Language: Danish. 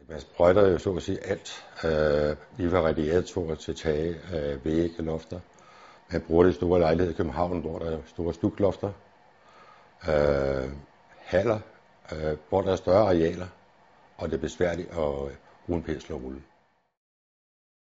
Man sprøjter jo så at sige alt, lige fra radiatorer til tage, vægge, lofter. Man bruger det i store lejligheder i København, hvor der er store stuklofter, haller, hvor der er større arealer, og det er besværligt at bruge en pensel og rulle.